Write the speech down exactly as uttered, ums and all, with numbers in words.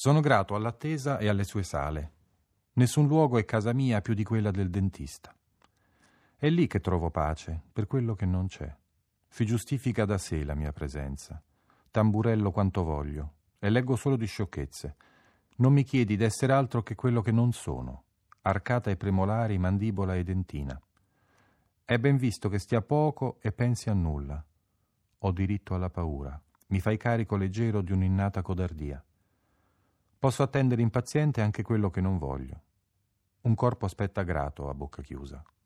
Sono grato all'attesa e alle sue sale. Nessun luogo è casa mia più di quella del dentista. È lì che trovo pace, per quello che non c'è. Si giustifica da sé la mia presenza. Tamburello quanto voglio, e leggo solo di sciocchezze. Non mi chiedi d'essere altro che quello che non sono. Arcata e premolari, mandibola e dentina. È ben visto che stia poco e pensi a nulla. Ho diritto alla paura. Mi fai carico leggero di un'innata codardia. Posso attendere impaziente anche quello che non voglio. Un corpo aspetta grato a bocca chiusa.